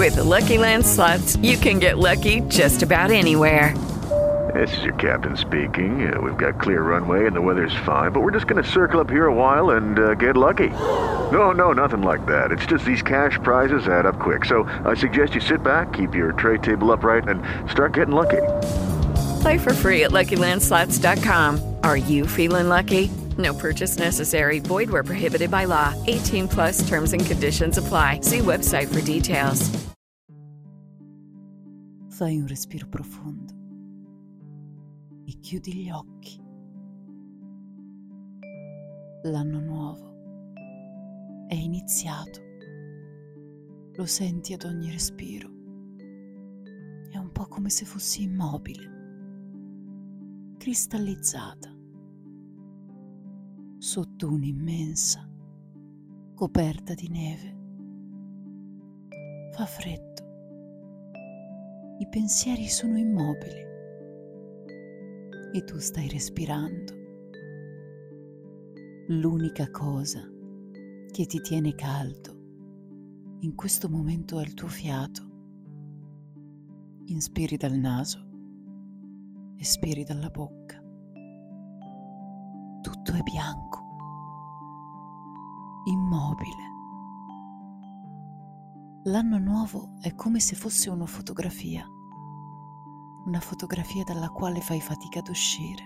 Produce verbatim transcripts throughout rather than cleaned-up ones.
With the Lucky Land Slots, you can get lucky just about anywhere. This is your captain speaking. Uh, we've got clear runway and the weather's fine, but we're just going to circle up here a while and uh, get lucky. No, no, nothing like that. It's just these cash prizes add up quick. So I suggest you sit back, keep your tray table upright, and start getting lucky. Play for free at Lucky Land Slots dot com. Are you feeling lucky? No purchase necessary. Void where prohibited by law. eighteen plus terms and conditions apply. See website for details. Fai un respiro profondo e chiudi gli occhi. L'anno nuovo è iniziato. Lo senti ad ogni respiro. È un po' come se fossi immobile, cristallizzata, sotto un'immensa coperta di neve. Fa freddo. I pensieri sono immobili e tu stai respirando. L'unica cosa che ti tiene caldo in questo momento è il tuo fiato. Inspiri dal naso, espiri dalla bocca. Tutto è bianco, immobile. L'anno nuovo è come se fosse una fotografia, una fotografia dalla quale fai fatica ad uscire.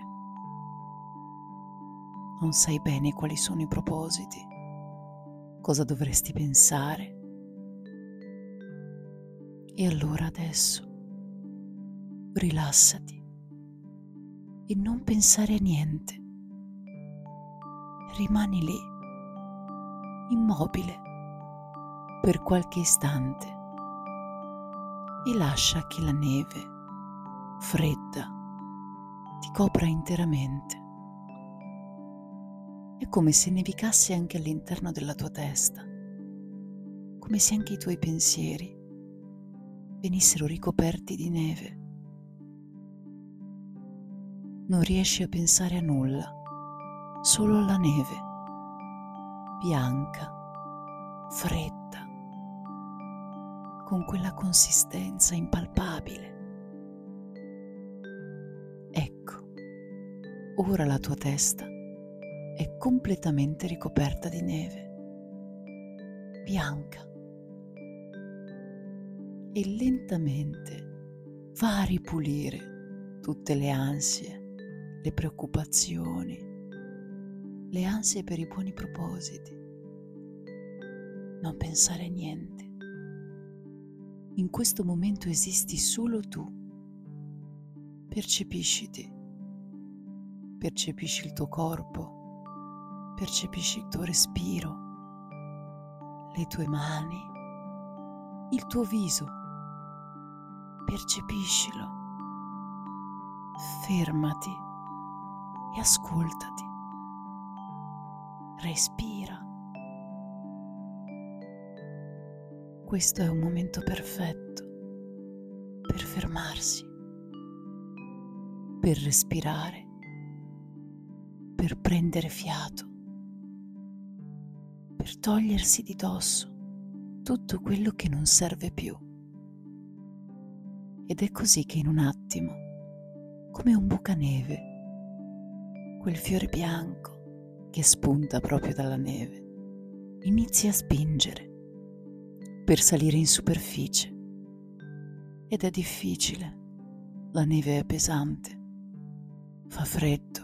Non sai bene quali sono i propositi, cosa dovresti pensare. E allora adesso rilassati e non pensare a niente. Rimani lì, immobile, per qualche istante e lascia che la neve, fredda, ti copra interamente. È come se nevicasse anche all'interno della tua testa, come se anche i tuoi pensieri venissero ricoperti di neve. Non riesci a pensare a nulla, solo alla neve, bianca, fredda, con quella consistenza impalpabile. Ecco, ora la tua testa è completamente ricoperta di neve, bianca, e lentamente va a ripulire tutte le ansie, le preoccupazioni, le ansie per i buoni propositi. Non pensare a niente. In questo momento esisti solo tu. Percepisciti. Percepisci il tuo corpo. Percepisci il tuo respiro. Le tue mani. Il tuo viso. Percepiscilo. Fermati e ascoltati. Respira. Questo è un momento perfetto per fermarsi, per respirare, per prendere fiato, per togliersi di dosso tutto quello che non serve più. Ed è così che in un attimo, come un bucaneve, quel fiore bianco che spunta proprio dalla neve, inizia a spingere per salire in superficie. Ed è difficile, la neve è pesante, fa freddo,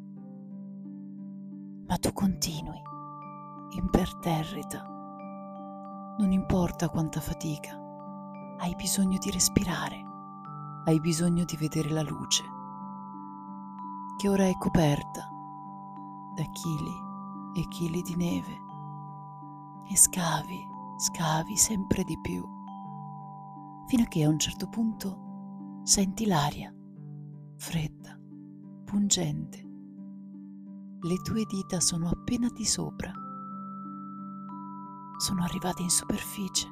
ma tu continui, imperterrita. Non importa quanta fatica, hai bisogno di respirare, hai bisogno di vedere la luce, che ora è coperta da chili e chili di neve, e scavi, scavi sempre di più, fino a che a un certo punto senti l'aria fredda, pungente. Le tue dita sono appena di sopra, sono arrivate in superficie,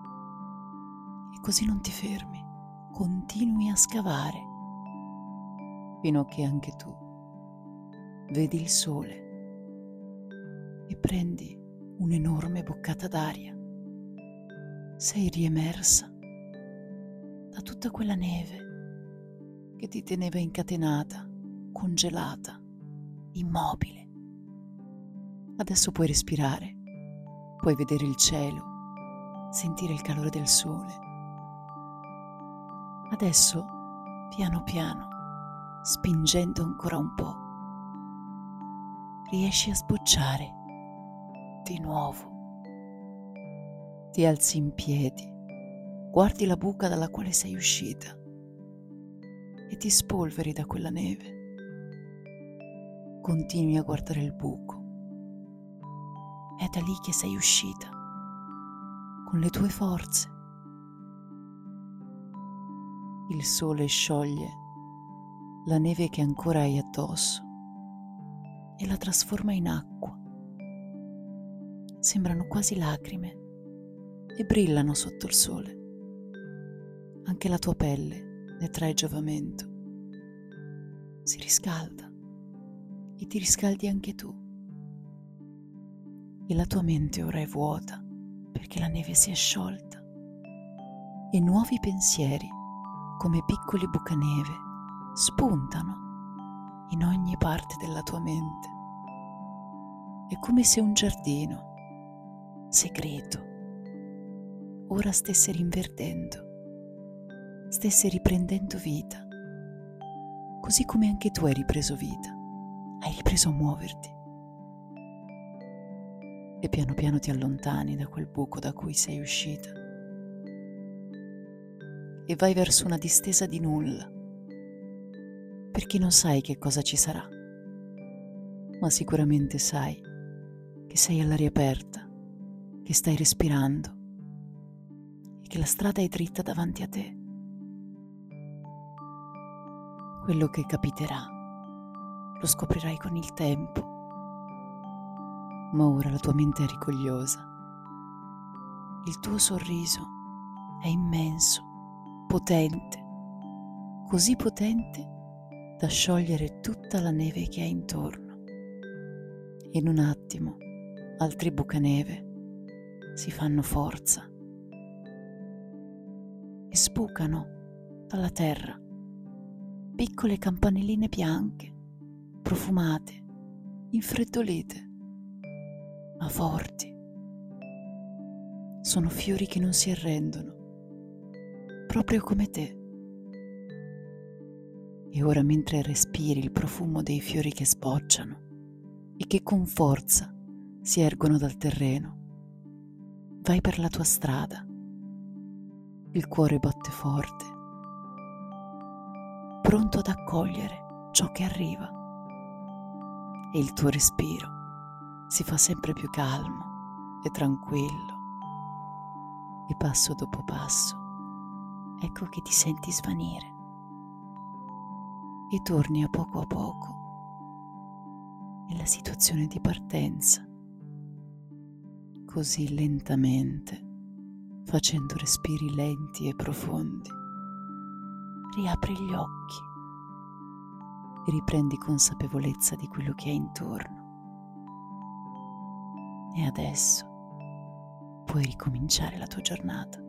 e così non ti fermi, continui a scavare fino a che anche tu vedi il sole e prendi un'enorme boccata d'aria. sei riemersa da tutta quella neve che ti teneva incatenata, congelata, immobile. Adesso puoi respirare, puoi vedere il cielo, sentire il calore del sole. Adesso, piano piano, spingendo ancora un po', riesci a sbocciare di nuovo. Ti alzi in piedi, guardi la buca dalla quale sei uscita e ti spolveri da quella neve. Continui a guardare il buco. È da lì che sei uscita, con le tue forze. Il sole scioglie la neve che ancora hai addosso e la trasforma in acqua. Sembrano quasi lacrime e brillano sotto il sole. Anche la tua pelle ne trae giovamento. Si riscalda e ti riscaldi anche tu. E la tua mente ora è vuota perché la neve si è sciolta e nuovi pensieri, come piccoli bucaneve, spuntano in ogni parte della tua mente. È come se un giardino segreto ora stesse rinverdendo, stesse riprendendo vita, così come anche tu hai ripreso vita, hai ripreso a muoverti. E piano piano ti allontani da quel buco da cui sei uscita e vai verso una distesa di nulla, perché non sai che cosa ci sarà, ma sicuramente sai che sei all'aria aperta, che stai respirando e che la strada è dritta davanti a te. Quello che capiterà lo scoprirai con il tempo, ma ora la tua mente è rigogliosa. Il tuo sorriso è immenso, potente, così potente da sciogliere tutta la neve che hai intorno. In un attimo altri bucaneve si fanno forza e sbucano dalla terra piccole campanelline bianche, profumate, infreddolite, ma forti. Sono fiori che non si arrendono, proprio come te. E ora, mentre respiri il profumo dei fiori che sbocciano e che con forza si ergono dal terreno, vai per la tua strada. Il cuore batte forte, pronto ad accogliere ciò che arriva, e il tuo respiro si fa sempre più calmo e tranquillo, e passo dopo passo ecco che ti senti svanire e torni a poco a poco nella situazione di partenza, così lentamente, facendo respiri lenti e profondi. Riapri gli occhi e riprendi consapevolezza di quello che hai intorno. E adesso puoi ricominciare la tua giornata.